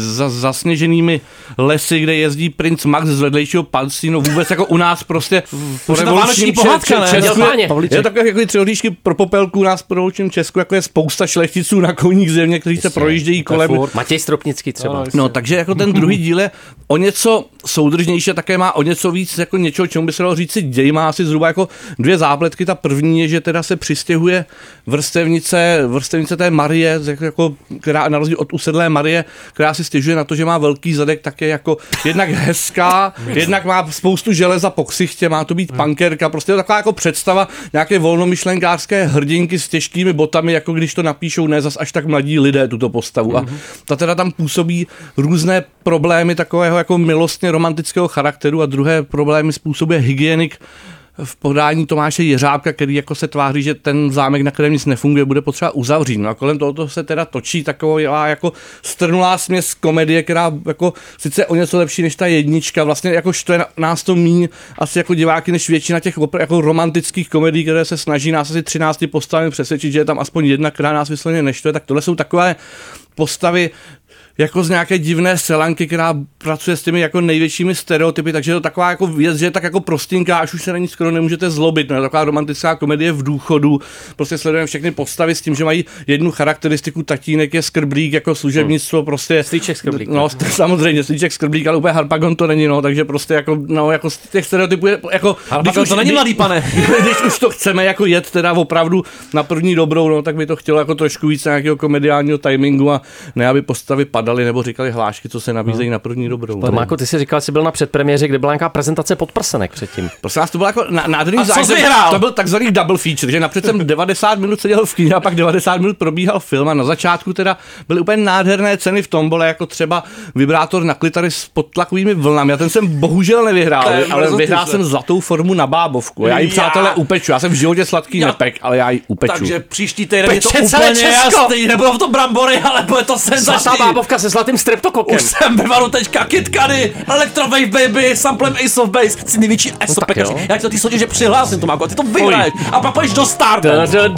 zasněženými lesy, kde jezdí princ Max z vedlejšího panství, no vůbec jako u nás prostě v revolučním Česku je takové jako třihlížky pro popelku u nás v revolučním Česku, jako je spousta šlechticů na koních země, kteří se projíždějí kolem. Matěj Stropnický třeba. No, takže jako ten druhý díl je o něco soudržnější, také má o něco víc jako něčeho, čemu by se dalo říct děj, má asi zhruba jako 2 zápletky. Ta první je, že teda se přistěhuje vrstevnice té Marie, jako, která na rozdíl od usedlé Marie, která si stěžuje na to, že má velký zadek, tak je jako jednak hezká, jednak má spoustu železa po ksichtě, má to být pankerka, prostě je taková jako představa nějaké volnomyšlenkářské hrdinky s těžkými botami, jako když to napíšou ne zas až tak mladí lidé tuto postavu. A ta teda tam působí různé problémy takového jako milostně romantického charakteru a druhé problémy způsobuje hygienik v podání Tomáše Jeřábka, který jako se tváří, že ten zámek, na kterém nic nefunguje, bude potřeba uzavřít. No a kolem tohoto se teda točí taková jako strnulá směs komedie, která jako sice o něco lepší než ta jednička, vlastně jako štve nás to míň asi jako diváky než většina těch jako romantických komedií, které se snaží nás asi 13 postavami přesvědčit, že je tam aspoň jedna, která nás vysloveně neštve, tak tohle jsou takové postavy jako z nějaké divné selanky, která pracuje s těmi jako největšími stereotypy, takže je to taková jako věc, že je tak jako prostinká, až už se na ní skoro nemůžete zlobit. No, taková romantická komedie v důchodu. Prostě sledujeme všechny postavy s tím, že mají jednu charakteristiku, tatínek je skrblík, jako služebnictvo, prostě Slíček skrblík. No, samozřejmě Slíček skrblík, ale úplně Harpagon to není, no, takže prostě jako no, jako z těch stereotypů je jako Harpagon to není mladý, pane. Když už to chceme jako jet teda opravdu na první dobrou, no, tak by to chtělo jako trošku víc nějakého komediálního timingu a ne aby postavy padaly nebo říkali hlášky, co se nabízejí na první dobrou. Tomáko, ty jsi říkal, jsi byl na předpremiéře, kde byla nějaká prezentace podprsenek předtím. Prosím vás, to bylo jako nádherný zážitek. To byl takzvaný double feature, že napřed jsem 90 minut seděl v kyně a pak 90 minut probíhal film a na začátku teda byly úplně nádherné ceny v tombole, jako třeba vibrátor na klitoris s podtlakovými vlnami. Já ten jsem bohužel nevyhrál, ale vyhrál jsem zlatou formu na bábovku. Já ji, přátelé, upeču. Já jsem v životě sladký nepek, ale já ji upeču. Takže příští týden je to úplně jasný. Nebudou to brambory, ale bude to senzační. Bábovka se zlatým streptokokem. Už jsem vyvaru teďka KitKady, Electrovave Baby, samplem Ace of Base, chci největší ESO pekař. Já ti do té soutěže přihlásím, Tomáko, a ty to vyhraješ. A pak půjdeš do startu.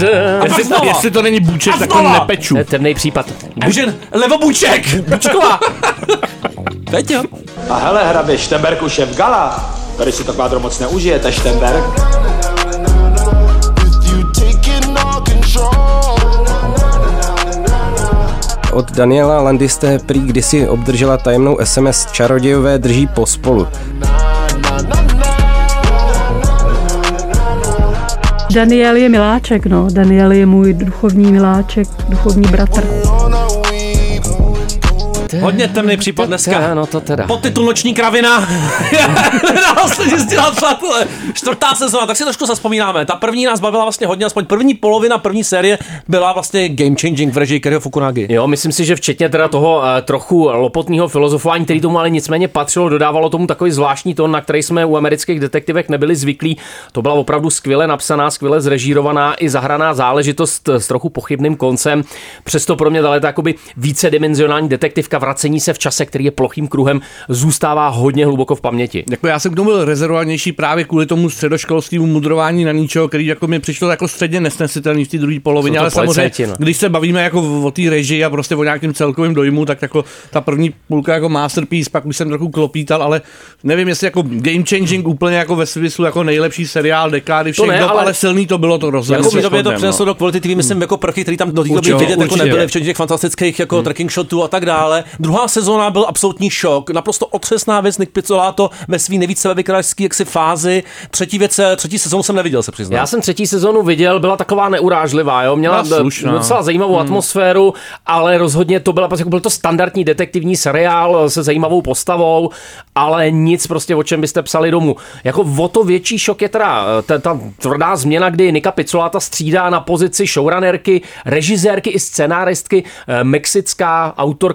Jestli to není Bůček, tak to nepeču. Temnej případ. Bužen, Levobůček. Bučková. Peťo. A hele, hrabě, Štemberk už je v gala. Tady si to kvádro moc neužijete, Štemberk. Od Daniela Landy jste prý kdysi obdržela tajemnou SMS Čarodějové drží pospolu. Daniel je miláček, no. Daniel je můj duchovní miláček, duchovní bratr. Hodně temný případ dneska. No to teda. Podtitul Noční kravina. Zjistila, přátelé. 4. sezóna, tak si trošku zazpomínáme. Ta první nás bavila vlastně hodně, aspoň první polovina první série byla vlastně game changing v režii Cariho Fukunagi. Jo, myslím si, že včetně teda toho trochu lopotního filozofování, který tomu ale nicméně patřilo, dodávalo tomu takový zvláštní tón, na který jsme u amerických detektivek nebyli zvyklí. To byla opravdu skvěle napsaná, skvěle zrežírovaná i zahraná záležitost s trochu pochybným koncem. Přesto pro mě dále takoby vícedimenzionální detektivka, vracení se v čase, který je plochým kruhem, zůstává hodně hluboko v paměti. Jako já jsem k tomu byl rezervovanější právě kvůli tomu středoškolskému mudrování na ničeho, který jako mi přišlo jako středně nesnesitelný v té druhé polovině, ale samozřejmě, když se bavíme jako o té režii a prostě o nějakém celkovém dojmu, tak jako ta první půlka jako masterpiece, pak už jsem trochu klopítal, ale nevím, jestli jako game changing úplně jako ve smyslu jako nejlepší seriál dekády všech dob, ale silný to bylo to rozhodně. Jako mi to přineslo do kvality TV, myslím, jako prvky, který tam do té doby vidět jako nebyly, včetně těch fantastických jako tracking shotů a tak dále. Druhá sezóna byl absolutní šok, naprosto otřesná věc, Nick Pizzolatto ve svý nejvíc sebevykražský jaksi fázi. Třetí sezónu jsem neviděl, se přiznám. Já jsem 3. sezónu viděl, byla taková neurážlivá, jo, měla docela zajímavou atmosféru, ale rozhodně to byl to standardní detektivní seriál se zajímavou postavou, ale nic prostě, o čem byste psali domů. Jako o to větší šok je teda ta tvrdá změna, kdy Nicka Pizzolatto střídá na pozici showrunnerky, režisérky i scenáristky mexická autorka Isa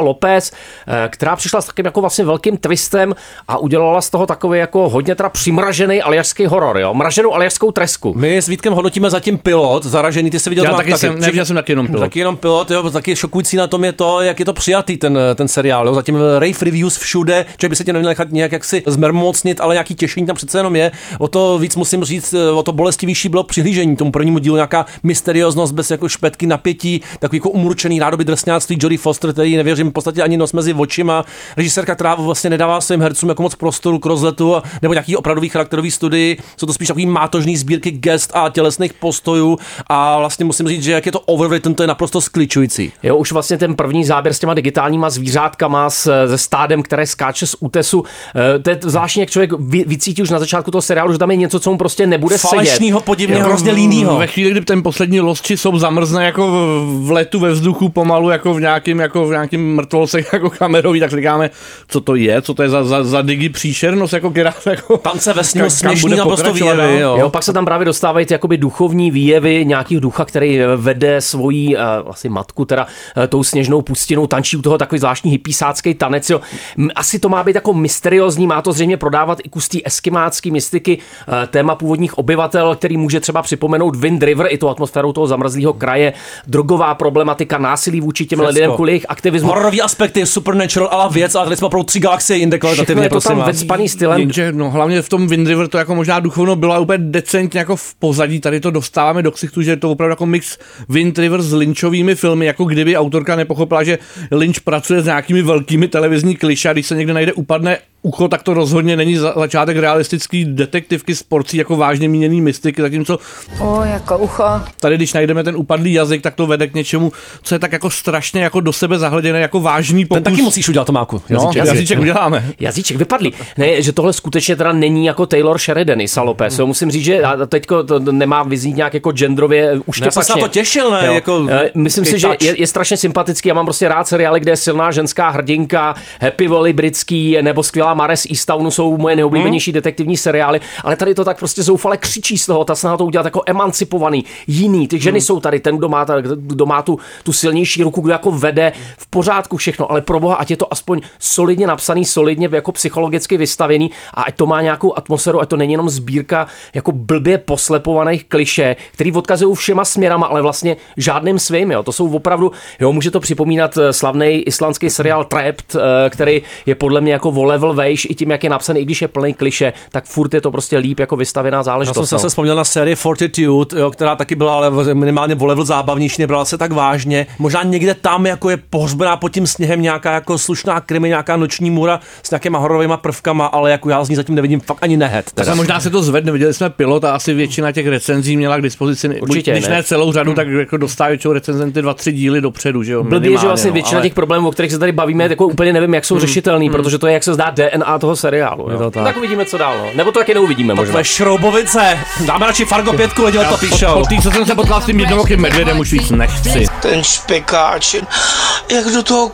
Lopez, která přišla s takovým jako vlastně velkým twistem a udělala z toho takový jako hodně teda přimražený aljašský horor, jo, mraženou aljašskou tresku. My s Vítkem hodnotíme zatím pilot, Zaražený, ty jsi viděl. Já taky jsem taky jenom pilot. Taky jenom pilot, jo, taky šokující na tom je to, jak je to přijatý ten seriál, jo. Zatím rave reviews všude, člověk by se tě neměl nechat nějak jaksi zmermocnit, ale nějaký těšení tam přece jenom je. O to víc musím říct, o to bolestivější bylo přihlížení tomu prvnímu dílu, nějaká mysterióznost bez jako špetky napětí, takový jako umurčený nádoby drsňáctví Jodie Foster, který nevěřím v podstatě ani nos mezi očima, režisérka, která vlastně nedává svým hercům jako moc prostoru k rozletu nebo nějaký opravdový charakterový studii, jsou to spíš takový mátožný sbírky gest a tělesných postojů a vlastně musím říct, že jak je to overwritten, to je naprosto skličující. Jo, už vlastně ten první záběr s těma digitálníma zvířátkama se stádem, které skáče z útesu, to je zvláštní, jak člověk vycítí už na začátku toho seriálu, že tam je něco, co mu prostě nebude sedět. Falešnýho, podivného, hrozně línýho. Ve chvíli, kdy ten poslední los či sob zamrzne jako v letu ve vzduchu pomalu, jako v nějakým mrtvolce jako kamerový, tak říkáme, co to je za digi příšernost, jako která jako tam se ve sněhu směšný naprosto výjevy. Jo, pak se tam právě dostávají ty jakoby duchovní výjevy nějakých ducha, který vede svoji asi matku, teda tou sněžnou pustinou, tančí u toho takový zvláštní hypísácký tanec. Jo. Asi to má být jako mysteriózní, má to zřejmě prodávat i kus té eskimácké mystiky, téma původních obyvatel, který může třeba připomenout Wind River, i tu atmosféru toho zamrzlého kraje, drogová problematika, násilí vůči těm lidem kvůli jejich aktivismu. Hororový aspekty, supernatural, ale věc, a tady jsme pro 3 galaxie indekvalitativně, prosím vás. Vecpaný stylem. Jenže, no, hlavně v tom Wind River to jako možná duchovno bylo úplně decentně jako v pozadí, tady to dostáváme do ksichtu, že je to opravdu jako mix Wind River s Lynchovými filmy, jako kdyby autorka nepochopila, že Lynch pracuje s nějakými velkými televizní klišé, a když se někde najde upadne ucho, tak to rozhodně není začátek realistický detektivky s porcí jako vážně míněný mystiky, zatímco jako ucho. Tady, když najdeme ten upadlý jazyk, tak to vede k něčemu, co je tak jako strašně jako do sebe zahleděné, jako vážný pokus. Ten taky musíš udělat, Tomáku. Jazyček uděláme. Jazyček vypadlý. Ne, že tohle skutečně teda není jako Taylor Sheridan i Lopez. Musím říct, že teďko to nemá vyznít nějak jako genderově uštěpačně. Já jsem se na to těšil, ne? Jako myslím si, že je strašně sympatický. Já mám prostě rád seriály, kde je silná ženská hrdinka, Happy Valley britský nebo skvělá Mares Eastownu jsou moje nejoblíbenější detektivní seriály, ale tady to tak prostě zoufale křičí z toho, ta snaha to udělat jako emancipovaný, jiný. Ty ženy jsou tady, ten, kdo má tu silnější ruku, kdo jako vede, v pořádku všechno, ale pro boha, ať je to aspoň solidně napsaný, solidně jako psychologicky vystavený a ať to má nějakou atmosféru, ať to není jenom sbírka jako blbě poslepovaných klišé, který odkazují všema směrama, ale vlastně žádným svým, jo. To jsou opravdu, jo, může to připomínat slavný islandský seriál Trapped, který je podle mě jako o level vejš i tím, jak je napsaný, i když je plný kliše, tak furt je to prostě líp jako vystavená záležitost. Já jsem se vzpomněl na sérii Fortitude, jo, která taky byla ale minimálně o level zábavnější, nebrala se tak vážně. Možná někde tam jako je pohřbená pod tím sněhem nějaká jako slušná krimi, nějaká noční můra s nějakýma hororovými prvkama, ale jako já z ní zatím nevidím fakt ani nehet. Tak možná se to zvedne, viděli jsme pilot a asi většina těch recenzí měla k dispozici, určitě, když ne celou řadu, tak jako dostávají recenzenty 2-3 díly dopředu, že jo. Blbě, že vlastně většina těch problémů, o kterých se tady bavíme, jako úplně nevím, jak jsou řešitelný, protože to je, jak se zdá, DNA toho seriálu. Jo. Tak uvidíme, co dál. No. Nebo to taky neuvidíme, možná. To je šroubovice. Dáme radši Fargo 5, lidi to píšou. Po co jsem se potkal s tím jednookým medvědem, už víc nechci. Ten špekáč, jak do toho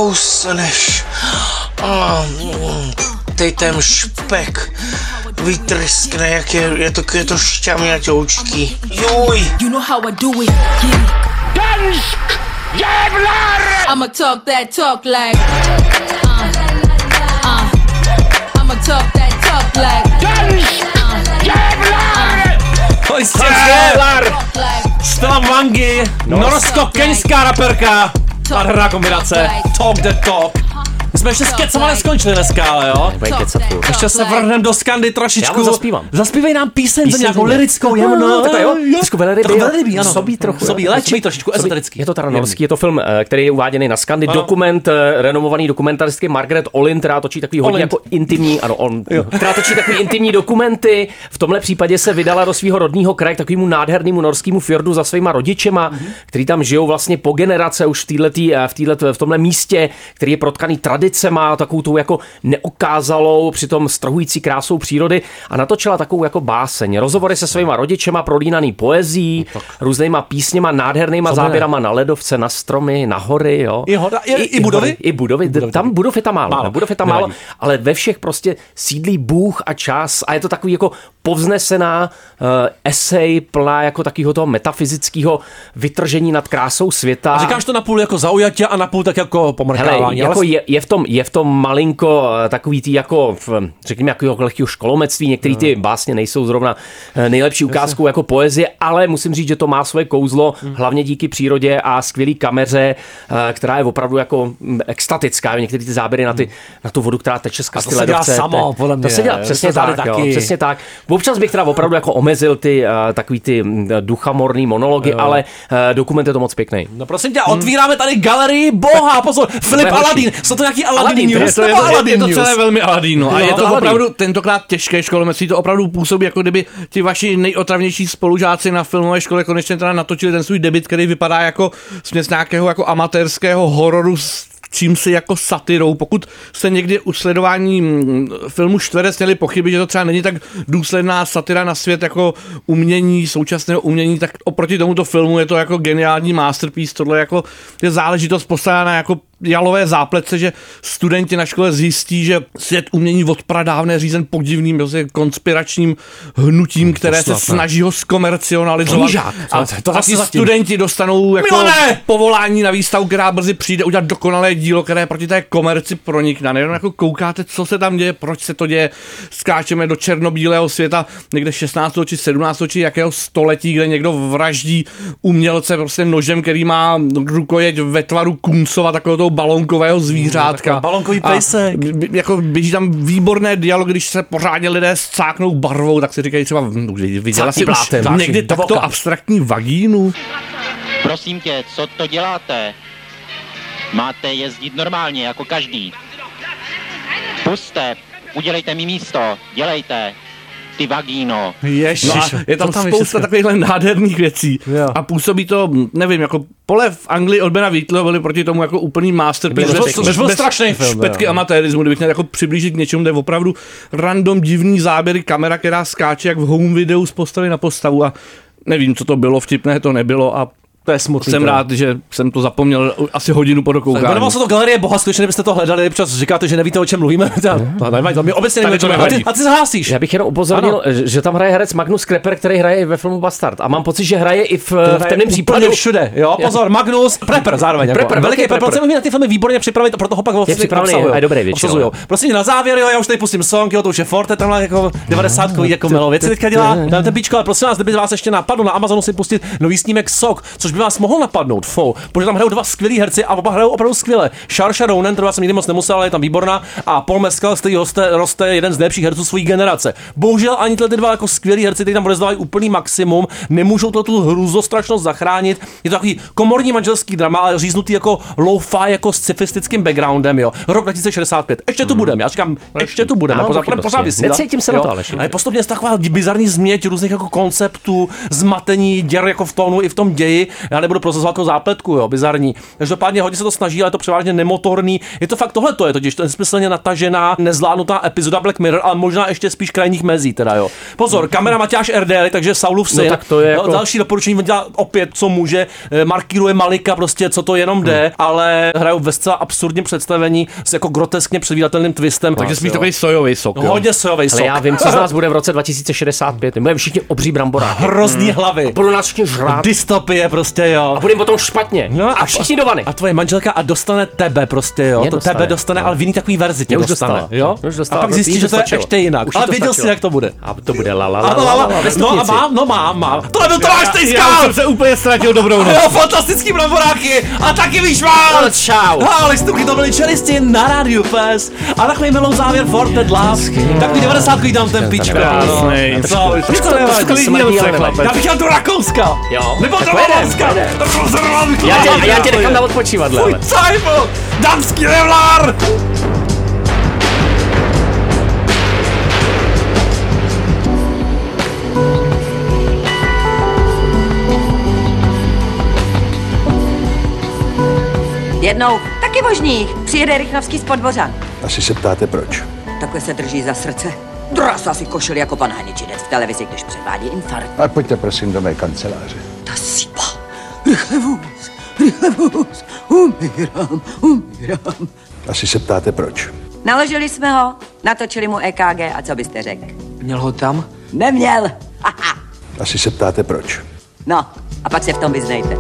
kousneš. Teď ten špek vytryskne, jak je to šťavňatoučký. Juj! You know how I do it. Dansk jävlar! I'ma talk that talk like I'ma talk that talk like Dansk jävlar! Stella Wangi, norsko-keňská raperka. Nádherná kombinace. Talk that talk. My jsme ještě s kecama neskončili dneska, ale jo? Ještě se vrhneme do Skandy trošičku. Já zaspívám. Zaspívej nám píseň nějakou lirickou, jemnou. Tak jo, trošku velrybý, ano. Sobí trochu. Sobí, léčí trošičku ezoterický. Je to teda norský, je to film, který je uváděný na Skandy. Dokument renomovaný dokumentaristky Margaret Olin, která točí takový hodně jako intimní, která točí takový intimní dokumenty. V tomhle případě se vydala do svého rodného kraje k takovému nádhernému norskému fjordu za svýma rodičema, který tam žijou vlastně po generace už v tomhle místě, který je protkaný tradicí tradicema, takovou tou jako neokázalou, přitom strhující krásou přírody a natočila takovou jako báseň. Rozhovory se svýma rodičema, prolínaný poezí, různýma písněma, nádhernýma záběrama na ledovce, na stromy, na hory, jo. I budovy? I budovy. Tam budov je tam málo. Ale ve všech prostě sídlí Bůh a čas a je to takový jako povznesená esej plná jako takového toho metafyzického vytržení nad krásou světa. A říkáš to napůl jako zaujatě a napůl tak jako pomrkávání. Jako je v tom malinko takový ty jako, řekněme, jako lehkého školomectví, některý ty básně nejsou zrovna nejlepší ukázkou jako poezie, ale musím říct, že to má svoje kouzlo, hlavně díky přírodě a skvělý kameře, která je opravdu jako extatická. Některé ty záběry na tu vodu, která teče z kasty ledovce. Samo, podle mě. To se dělá přesně tak. Občas bych teda opravdu jako omezil ty takový ty duchamorný monology, ale dokument je to moc pěkný. No prosím tě, otvíráme tady galerii Boha, pozor, Filip Aladín, jsou to nějaký Aladín news? Je to celé velmi Aladín, no. A je to opravdu tentokrát těžké školomectví, to opravdu působí, jako kdyby ti vaši nejotravnější spolužáci na filmové škole konečně teda natočili ten svůj debut, který vypadá jako směs nějakého jako amatérského hororu čím si jako satirou. Pokud jste někdy u sledování filmu Čtverec měli pochyby, že to třeba není tak důsledná satira na svět jako umění, současného umění, tak oproti tomuto filmu je to jako geniální masterpiece. Tohle jako je záležitost postavená jako jalové zápletce, že studenti na škole zjistí, že svět umění od pradávna řízen podivným, prostě konspiračním hnutím, které se snaží ho zkomercionalizovat. A studenti dostanou jako povolání na výstavu, která brzy přijde udělat dokonalé dílo, které proti té komerci pronikne. Nejenom jako koukáte, co se tam děje, proč se to děje, skáčeme do černobílého světa někde 16. či 17. či jakého století, kde někdo vraždí umělce prostě nožem, který má rukojeť ve tvaru Kuncova, takového balonkového zvířátka. Balonkový pejsek. Jako běží tam výborné dialogy, když se pořádně lidé scáknou barvou, tak si říkají třeba, viděla si už někdy takto abstraktní vagínu? Prosím tě, co to děláte? Máte jezdit normálně, jako každý. Puste, udělejte mi místo, dělejte. Ty vagíno. Ježiš, no je tam spousta takovýchhle nádherných věcí. Jo. A působí to, nevím, jako Pole v Anglii od Bena Wheatleyho byly proti tomu jako úplný masterpiece. Byl strašný film. Špetky amatérismu, kdybych měl jako přiblížit k něčemu, kde je opravdu random divný záběry, kamera, která skáče jak v home videu z postavy na postavu a nevím, co to bylo, vtipné to nebylo a to je smutný. Jsem rád, že jsem to zapomněl asi hodinu po dokoukání. Jmenovalo se to Galerie Boha, skutečně byste to hledali, protože říkáte, že nevíte, o čem mluvíme. To mě obecně nevíme. A ty se hlásíš. Já bych jenom upozornil, že tam hraje herec Magnus Krepper, který hraje ve filmu Bastard. A mám pocit, že hraje i v temném případě všude. Jo, pozor, Magnus Prepper zároveň. Veliký Prepper. Chceme na ty filmy výborně připravit a proto ho pak je připravený a dobré většinou. Prostě na závěr, jo, já už tady pustím song, jo, to už je Forte, tam jako 90kový jako melo věci teďka dělá. Ten bičko, ale prosím vás, kdyby vás ještě napadlo na Amazonu si pustit nový snímek Sok, což by vás mohlo napadnout. Protože tam hrajou dva skvělí herci a oba hrajou opravdu skvěle. Saoirse Ronan, kterou jsem nikdy moc nemusel, ale je tam výborná, a Paul Mescal, z kterého roste jeden z nejlepších herců své generace. Bohužel ani ty dva jako skvělí herci, kteří tam odezdávají úplný maximum, nemůžou tu hruzostrašnost zachránit. Je to takový komorní manželský drama, ale říznutý jako lo-fi, jako s scifistickým backgroundem, jo. Rok 2065. Ještě tu budeme. Já říkám, ještě tu budeme. Pořád vysílat. Necítím se na to, Aleši. Ale postupně je taková bizarní změť různých jako konceptů, zmatení děr jako v tónu i v tom ději. Já nebudu procesovat jako zápletku, jo, bizarní. Každopádně hodně se to snaží, ale je to převážně nemotorný. Je to fakt tohle, je totiž nesmyslně natažená, nezvládnutá epizoda Black Mirror, ale možná ještě spíš krajních mezí, teda jo. Pozor, kamera Matyáš RDL, takže Saulův syn. No, tak to je jako... Další doporučení, dělá opět, co může, markíruje Malika, prostě co to jenom jde, ale hrajou ve zcela absurdním představení s jako groteskně předvídatelným twistem. Takže spíš takový sojový sok. Jo. Hodně sojový sok. Ale já vím, co z nás bude v roce 2065. My budeme všichni obří bramboráky. Hrozný hlavy. Budou nás všichni žrát. Dystopie prostě, jo. A budeme potom špatně. No, a všichni do vany. A tvoje manželka a dostane tebe prostě, jo. To tebe dostane, ale v jiný takový verzi tě dostane, jo. A pak zjistí, že to je ještě jinak. Ale věděl jsi, jak to bude. A to bude la. No a mám. To nebyl Tomáš Tejskal. Já jsem se úplně ztratil dobrou noc. Jo, fantastický bramboráky a taky Vyšvál. Čau. Ale Stuky, to byli čelisti na Rádiu Fest. A takový milou závěr Forte Love. Tak ty 90 dám ten pičko. Co? Já bych chtěl do Rakouska. Jo. Nebo do Rakouska. Já tě nechám na odpočívadle. Fuj, cajbo! Damský levlár! Jednou taky možných. Přijede Rychnovský z Podbořan. Asi se ptáte proč. Takhle se drží za srdce. Drásá si košili jako pan Haničinec v televizi, když předvádí infarkt. A pojďte prosím do mé kanceláře. Ta sípa. Rychle vůz. Umírám. Asi se ptáte proč. Naložili jsme ho, natočili mu EKG a co byste řekl? Měl ho tam? Neměl. Asi se ptáte proč. No, a pak se v tom vyznejte.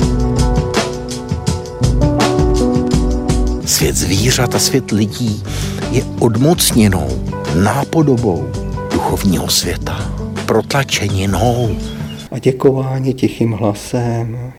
Svět zvířat a svět lidí je odmocněnou nápodobou duchovního světa, protlačeninou. A děkování tichým hlasem